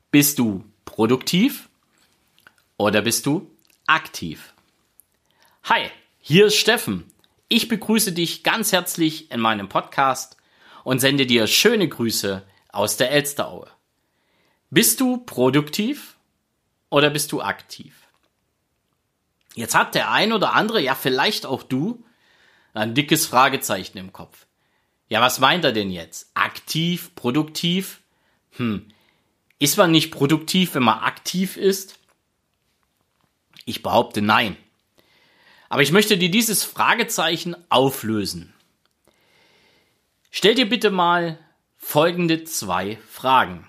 Bist du produktiv oder bist du aktiv? Hi, hier ist Steffen. Ich begrüße dich ganz herzlich in meinem Podcast und sende dir schöne Grüße aus der Elsteraue. Bist du produktiv oder bist du aktiv? Jetzt hat der ein oder andere, ja vielleicht auch du, ein dickes Fragezeichen im Kopf. Ja, was meint er denn jetzt? Aktiv, produktiv? Ist man nicht produktiv, wenn man aktiv ist? Ich behaupte nein. Aber ich möchte dir dieses Fragezeichen auflösen. Stell dir bitte mal folgende 2 Fragen.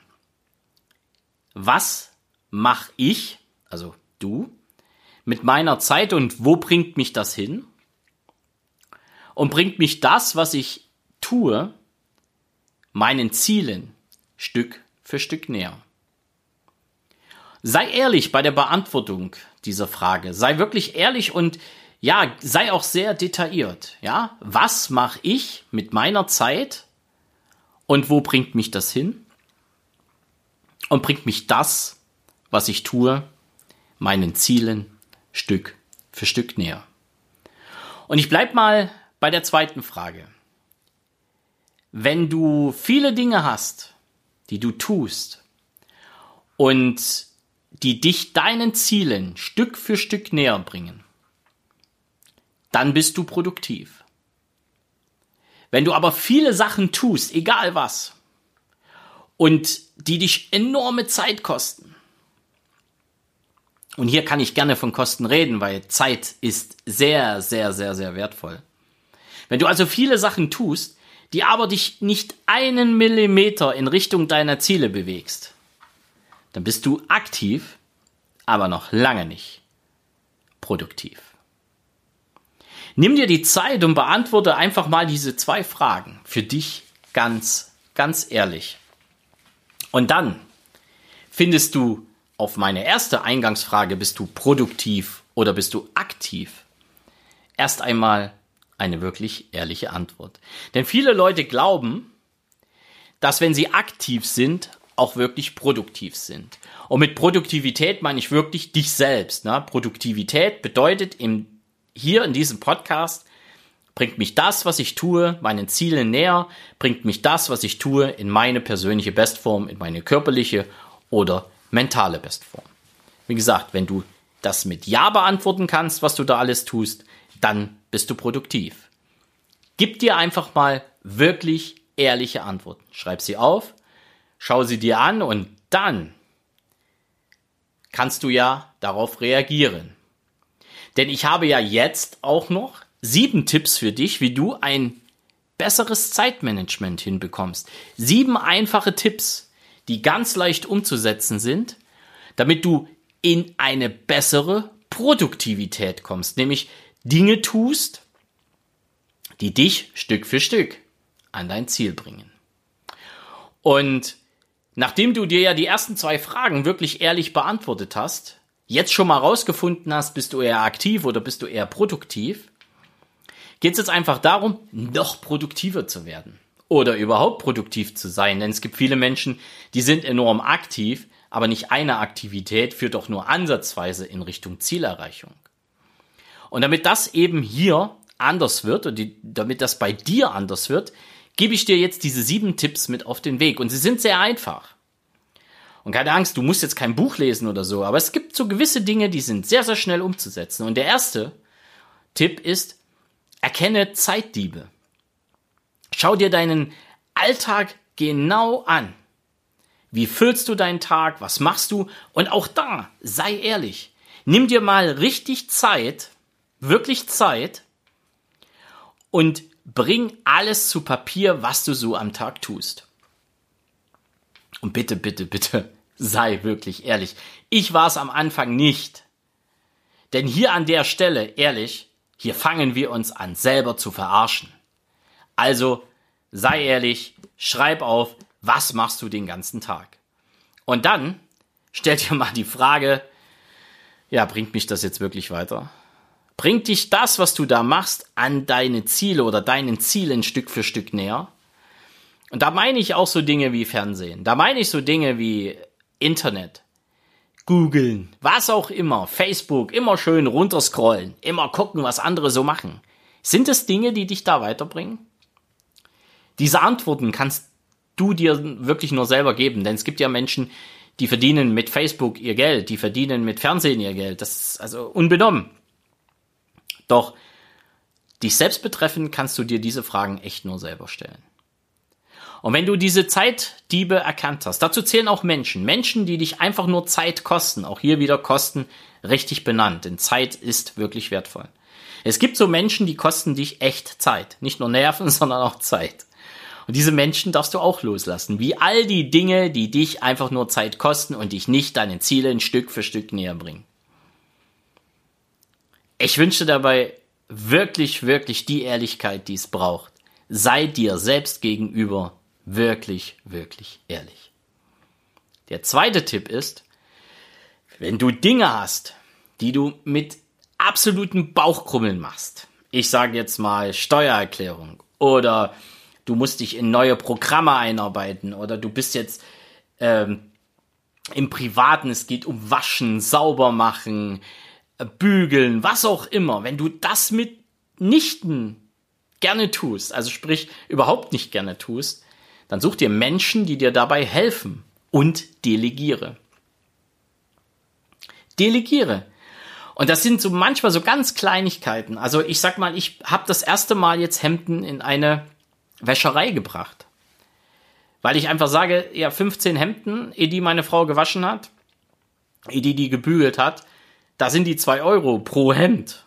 Was mache ich, also du, mit meiner Zeit und wo bringt mich das hin? Und bringt mich das, was ich tue, meinen Zielen Stück für Stück näher? Sei ehrlich bei der Beantwortung dieser Frage. Sei wirklich ehrlich und ja, sei auch sehr detailliert. Ja, was mache ich mit meiner Zeit und wo bringt mich das hin? Und bringt mich das, was ich tue, meinen Zielen Stück für Stück näher? Und ich bleib mal bei der zweiten Frage. Wenn du viele Dinge hast, die du tust und die dich deinen Zielen Stück für Stück näher bringen, dann bist du produktiv. Wenn du aber viele Sachen tust, egal was, und die dich enorme Zeit kosten, und hier kann ich gerne von Kosten reden, weil Zeit ist sehr, sehr, sehr, sehr wertvoll. Wenn du also viele Sachen tust, die aber dich nicht einen Millimeter in Richtung deiner Ziele bewegst, dann bist du aktiv, aber noch lange nicht produktiv. Nimm dir die Zeit und beantworte einfach mal diese 2 Fragen für dich ganz, ganz ehrlich. Und dann findest du auf meine erste Eingangsfrage, bist du produktiv oder bist du aktiv, erst einmal eine wirklich ehrliche Antwort. Denn viele Leute glauben, dass wenn sie aktiv sind, auch wirklich produktiv sind. Und mit Produktivität meine ich wirklich dich selbst. Ne? Produktivität bedeutet hier in diesem Podcast, bringt mich das, was ich tue, meinen Zielen näher, bringt mich das, was ich tue, in meine persönliche Bestform, in meine körperliche oder mentale Bestform. Wie gesagt, wenn du das mit Ja beantworten kannst, was du da alles tust, dann bist du produktiv. Gib dir einfach mal wirklich ehrliche Antworten. Schreib sie auf, schau sie dir an und dann kannst du ja darauf reagieren. Denn ich habe ja jetzt auch noch 7 Tipps für dich, wie du ein besseres Zeitmanagement hinbekommst. 7 einfache Tipps, die ganz leicht umzusetzen sind, damit du in eine bessere Produktivität kommst. Nämlich Dinge tust, die dich Stück für Stück an dein Ziel bringen. Und nachdem du dir ja die ersten 2 Fragen wirklich ehrlich beantwortet hast, jetzt schon mal rausgefunden hast, bist du eher aktiv oder bist du eher produktiv, geht es jetzt einfach darum, noch produktiver zu werden oder überhaupt produktiv zu sein. Denn es gibt viele Menschen, die sind enorm aktiv, aber nicht eine Aktivität führt doch nur ansatzweise in Richtung Zielerreichung. Und damit das eben hier anders wird und damit das bei dir anders wird, gebe ich dir jetzt diese 7 Tipps mit auf den Weg. Und sie sind sehr einfach. Und keine Angst, du musst jetzt kein Buch lesen oder so, aber es gibt so gewisse Dinge, die sind sehr, sehr schnell umzusetzen. Und der erste Tipp ist, erkenne Zeitdiebe. Schau dir deinen Alltag genau an. Wie füllst du deinen Tag? Was machst du? Und auch da, sei ehrlich. Nimm dir mal richtig Zeit, wirklich Zeit und bring alles zu Papier, was du so am Tag tust. Und bitte, bitte, bitte, sei wirklich ehrlich. Ich war es am Anfang nicht. Denn hier an der Stelle, ehrlich, hier fangen wir uns an, selber zu verarschen. Also, sei ehrlich, schreib auf, was machst du den ganzen Tag? Und dann stell dir mal die Frage, ja, bringt mich das jetzt wirklich weiter? Bringt dich das, was du da machst, an deine Ziele oder deinen Zielen Stück für Stück näher? Und da meine ich auch so Dinge wie Fernsehen. Da meine ich so Dinge wie Internet, googeln, was auch immer, Facebook, immer schön runterscrollen, immer gucken, was andere so machen. Sind es Dinge, die dich da weiterbringen? Diese Antworten kannst du dir wirklich nur selber geben, denn es gibt ja Menschen, die verdienen mit Facebook ihr Geld, die verdienen mit Fernsehen ihr Geld. Das ist also unbenommen. Doch dich selbst betreffend kannst du dir diese Fragen echt nur selber stellen. Und wenn du diese Zeitdiebe erkannt hast, dazu zählen auch Menschen, die dich einfach nur Zeit kosten, auch hier wieder Kosten richtig benannt, denn Zeit ist wirklich wertvoll. Es gibt so Menschen, die kosten dich echt Zeit, nicht nur Nerven, sondern auch Zeit. Und diese Menschen darfst du auch loslassen, wie all die Dinge, die dich einfach nur Zeit kosten und dich nicht deinen Zielen Stück für Stück näher bringen. Ich wünsche dabei wirklich, wirklich die Ehrlichkeit, die es braucht. Sei dir selbst gegenüber wirklich, wirklich ehrlich. Der zweite Tipp ist, wenn du Dinge hast, die du mit absoluten Bauchkrummeln machst, ich sage jetzt mal Steuererklärung oder du musst dich in neue Programme einarbeiten oder du bist jetzt im Privaten, es geht um Waschen, sauber machen, bügeln, was auch immer. Wenn du das mitnichten gerne tust, also sprich überhaupt nicht gerne tust, dann such dir Menschen, die dir dabei helfen und delegiere. Delegiere. Und das sind so manchmal so ganz Kleinigkeiten. Also ich sag mal, ich habe das erste Mal jetzt Hemden in eine Wäscherei gebracht. Weil ich einfach sage, ja, 15 Hemden, ehe die meine Frau gewaschen hat, ehe die gebügelt hat, da sind die 2 Euro pro Hemd.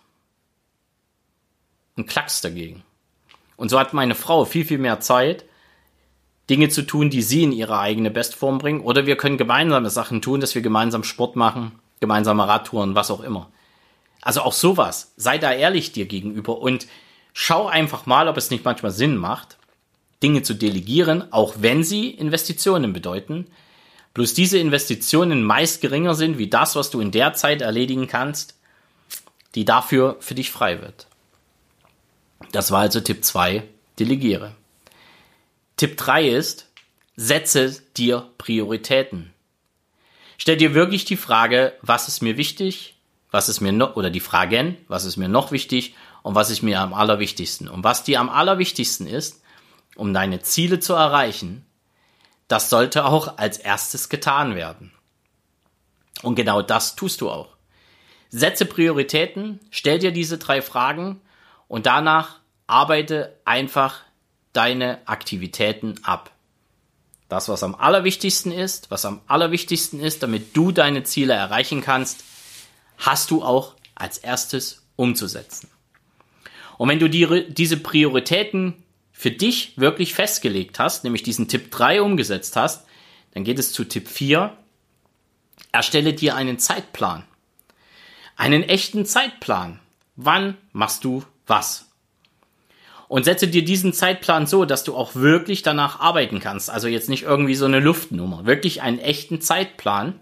Und Klacks dagegen. Und so hat meine Frau viel, viel mehr Zeit, Dinge zu tun, die sie in ihre eigene Bestform bringen. Oder wir können gemeinsame Sachen tun, dass wir gemeinsam Sport machen, gemeinsame Radtouren, was auch immer. Also auch sowas. Sei da ehrlich dir gegenüber und schau einfach mal, ob es nicht manchmal Sinn macht, Dinge zu delegieren, auch wenn sie Investitionen bedeuten. Bloß diese Investitionen meist geringer sind, wie das, was du in der Zeit erledigen kannst, die dafür für dich frei wird. Das war also Tipp 2, delegiere. Tipp 3 ist, setze dir Prioritäten. Stell dir wirklich die Frage, was ist mir wichtig, was ist mir noch, oder die Fragen, was ist mir noch wichtig und was ist mir am allerwichtigsten. Und was dir am allerwichtigsten ist, um deine Ziele zu erreichen, das sollte auch als erstes getan werden. Und genau das tust du auch. Setze Prioritäten, stell dir diese 3 Fragen und danach arbeite einfach deine Aktivitäten ab. Das, was am allerwichtigsten ist, damit du deine Ziele erreichen kannst, hast du auch als erstes umzusetzen. Und wenn du diese Prioritäten für dich wirklich festgelegt hast, nämlich diesen Tipp 3 umgesetzt hast, dann geht es zu Tipp 4. Erstelle dir einen Zeitplan. Einen echten Zeitplan. Wann machst du was? Und setze dir diesen Zeitplan so, dass du auch wirklich danach arbeiten kannst. Also jetzt nicht irgendwie so eine Luftnummer. Wirklich einen echten Zeitplan,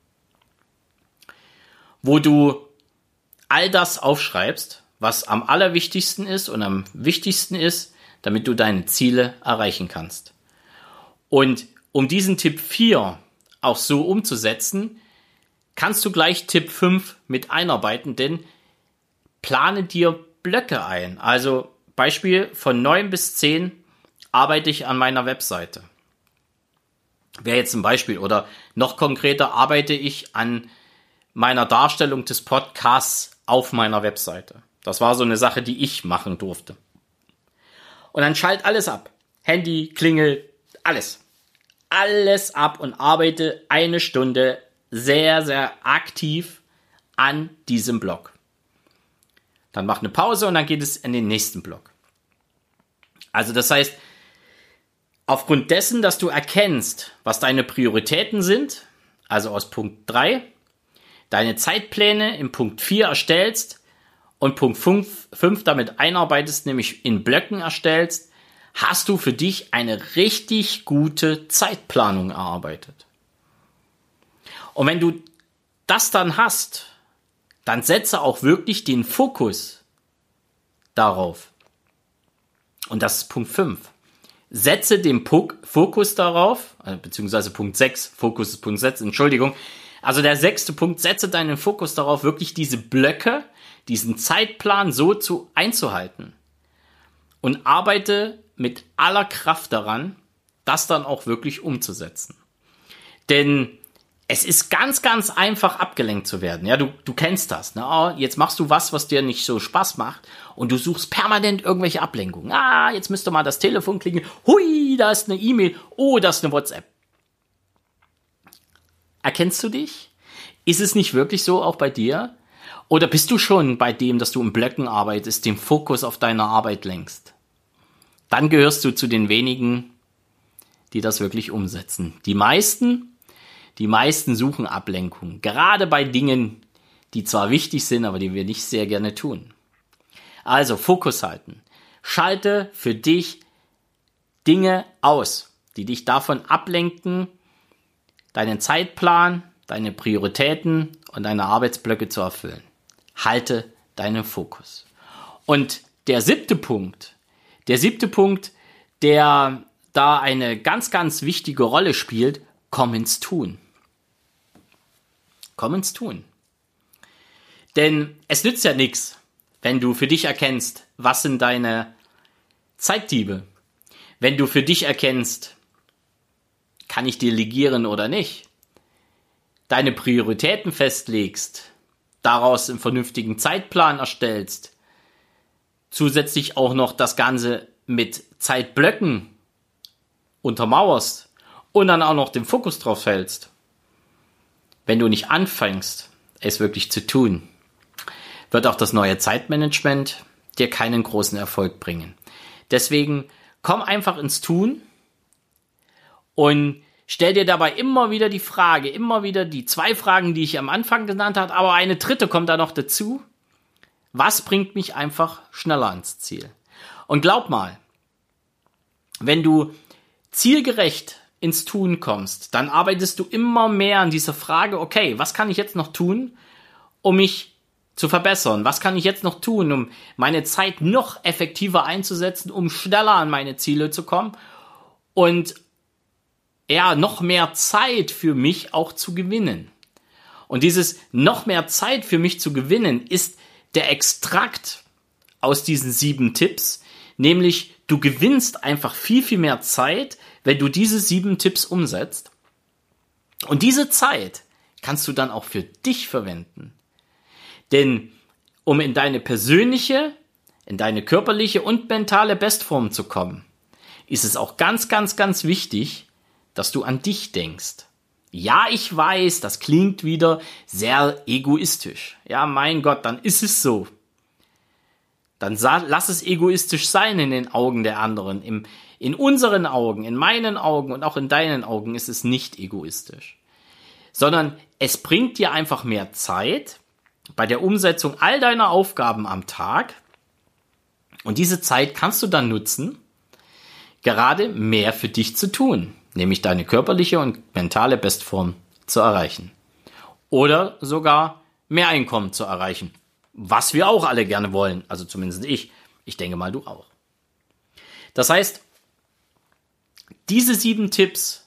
wo du all das aufschreibst, was am allerwichtigsten ist und am wichtigsten ist, damit du deine Ziele erreichen kannst. Und um diesen Tipp 4 auch so umzusetzen, kannst du gleich Tipp 5 mit einarbeiten, denn plane dir Blöcke ein. Also Beispiel, von 9 bis 10 arbeite ich an meiner Webseite. Wäre jetzt ein Beispiel. Oder noch konkreter, arbeite ich an meiner Darstellung des Podcasts auf meiner Webseite. Das war so eine Sache, die ich machen durfte. Und dann schalt alles ab. Handy, Klingel, alles. Alles ab und arbeite 1 Stunde sehr, sehr aktiv an diesem Blog. Dann mach eine Pause und dann geht es in den nächsten Block. Also das heißt, aufgrund dessen, dass du erkennst, was deine Prioritäten sind, also aus Punkt 3, deine Zeitpläne im Punkt 4 erstellst und Punkt 5 damit einarbeitest, nämlich in Blöcken erstellst, hast du für dich eine richtig gute Zeitplanung erarbeitet. Und wenn du das dann hast, dann setze auch wirklich den Fokus darauf. Und das ist Punkt 5. setze den Fokus darauf, beziehungsweise Punkt 6, Fokus ist Punkt 6, Entschuldigung. Also der 6. Punkt, setze deinen Fokus darauf, wirklich diese Blöcke, diesen Zeitplan so einzuhalten. Und arbeite mit aller Kraft daran, das dann auch wirklich umzusetzen. Denn es ist ganz, ganz einfach abgelenkt zu werden. Ja, du kennst das. Ne? Oh, jetzt machst du was dir nicht so Spaß macht und du suchst permanent irgendwelche Ablenkungen. Jetzt müsste mal das Telefon klingeln. Hui, da ist eine E-Mail. Oh, da ist eine WhatsApp. Erkennst du dich? Ist es nicht wirklich so auch bei dir? Oder bist du schon bei dem, dass du in Blöcken arbeitest, den Fokus auf deine Arbeit lenkst? Dann gehörst du zu den wenigen, die das wirklich umsetzen. Die meisten suchen Ablenkung. Gerade bei Dingen, die zwar wichtig sind, aber die wir nicht sehr gerne tun. Also Fokus halten. Schalte für dich Dinge aus, die dich davon ablenken, deinen Zeitplan, deine Prioritäten und deine Arbeitsblöcke zu erfüllen. Halte deinen Fokus. Und der siebte Punkt, der da eine ganz, ganz wichtige Rolle spielt, komm ins Tun. Komm ins Tun. Denn es nützt ja nichts, wenn du für dich erkennst, was sind deine Zeitdiebe. Wenn du für dich erkennst, kann ich delegieren oder nicht, deine Prioritäten festlegst, daraus einen vernünftigen Zeitplan erstellst, zusätzlich auch noch das Ganze mit Zeitblöcken untermauerst und dann auch noch den Fokus drauf hältst. Wenn du nicht anfängst, es wirklich zu tun, wird auch das neue Zeitmanagement dir keinen großen Erfolg bringen. Deswegen komm einfach ins Tun und stell dir dabei immer wieder die Frage, immer wieder die 2 Fragen, die ich am Anfang genannt habe, aber eine dritte kommt da noch dazu. Was bringt mich einfach schneller ans Ziel? Und glaub mal, wenn du zielgerecht ins Tun kommst, dann arbeitest du immer mehr an dieser Frage, okay, was kann ich jetzt noch tun, um mich zu verbessern? Was kann ich jetzt noch tun, um meine Zeit noch effektiver einzusetzen, um schneller an meine Ziele zu kommen und noch mehr Zeit für mich auch zu gewinnen? Und dieses noch mehr Zeit für mich zu gewinnen ist der Extrakt aus diesen 7 Tipps, nämlich du gewinnst einfach viel, viel mehr Zeit, wenn du diese 7 Tipps umsetzt. Und diese Zeit kannst du dann auch für dich verwenden. Denn um in deine persönliche, in deine körperliche und mentale Bestform zu kommen, ist es auch ganz, ganz, ganz wichtig, dass du an dich denkst. Ja, ich weiß, das klingt wieder sehr egoistisch. Ja, mein Gott, dann ist es so. Dann lass es egoistisch sein in den Augen der anderen. In unseren Augen, in meinen Augen und auch in deinen Augen ist es nicht egoistisch. Sondern es bringt dir einfach mehr Zeit bei der Umsetzung all deiner Aufgaben am Tag. Und diese Zeit kannst du dann nutzen, gerade mehr für dich zu tun. Nämlich deine körperliche und mentale Bestform zu erreichen. Oder sogar mehr Einkommen zu erreichen. Was wir auch alle gerne wollen. Also zumindest ich. Ich denke mal, du auch. Das heißt, diese 7 Tipps,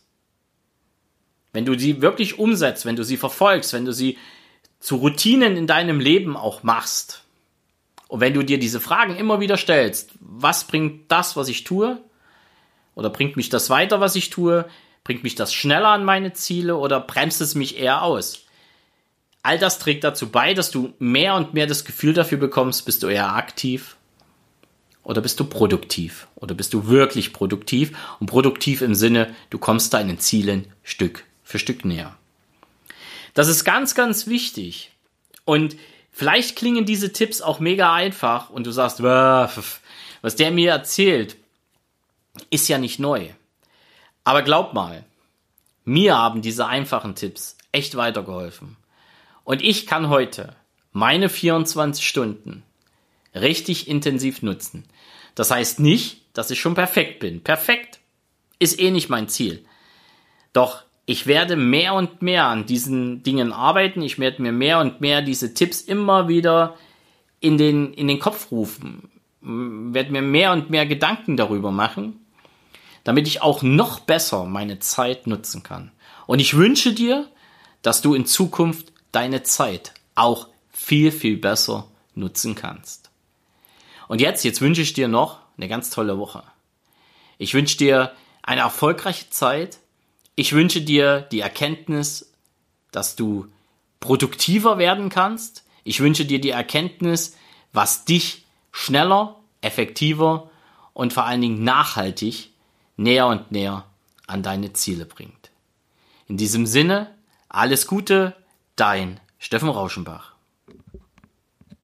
wenn du sie wirklich umsetzt, wenn du sie verfolgst, wenn du sie zu Routinen in deinem Leben auch machst und wenn du dir diese Fragen immer wieder stellst, was bringt das, was ich tue? Oder bringt mich das weiter, was ich tue? Bringt mich das schneller an meine Ziele oder bremst es mich eher aus? All das trägt dazu bei, dass du mehr und mehr das Gefühl dafür bekommst, bist du eher aktiv oder bist du produktiv? Oder bist du wirklich produktiv? Und produktiv im Sinne, du kommst deinen Zielen Stück für Stück näher. Das ist ganz, ganz wichtig. Und vielleicht klingen diese Tipps auch mega einfach und du sagst, was der mir erzählt, ist ja nicht neu. Aber glaub mal, mir haben diese einfachen Tipps echt weitergeholfen. Und ich kann heute meine 24 Stunden richtig intensiv nutzen. Das heißt nicht, dass ich schon perfekt bin. Perfekt ist eh nicht mein Ziel. Doch ich werde mehr und mehr an diesen Dingen arbeiten. Ich werde mir mehr und mehr diese Tipps immer wieder in den Kopf rufen. Werde mir mehr und mehr Gedanken darüber machen, damit ich auch noch besser meine Zeit nutzen kann. Und ich wünsche dir, dass du in Zukunft deine Zeit auch viel, viel besser nutzen kannst. Und jetzt wünsche ich dir noch eine ganz tolle Woche. Ich wünsche dir eine erfolgreiche Zeit. Ich wünsche dir die Erkenntnis, dass du produktiver werden kannst. Ich wünsche dir die Erkenntnis, was dich schneller, effektiver und vor allen Dingen nachhaltig näher und näher an deine Ziele bringt. In diesem Sinne, alles Gute, dein Steffen Rauschenbach.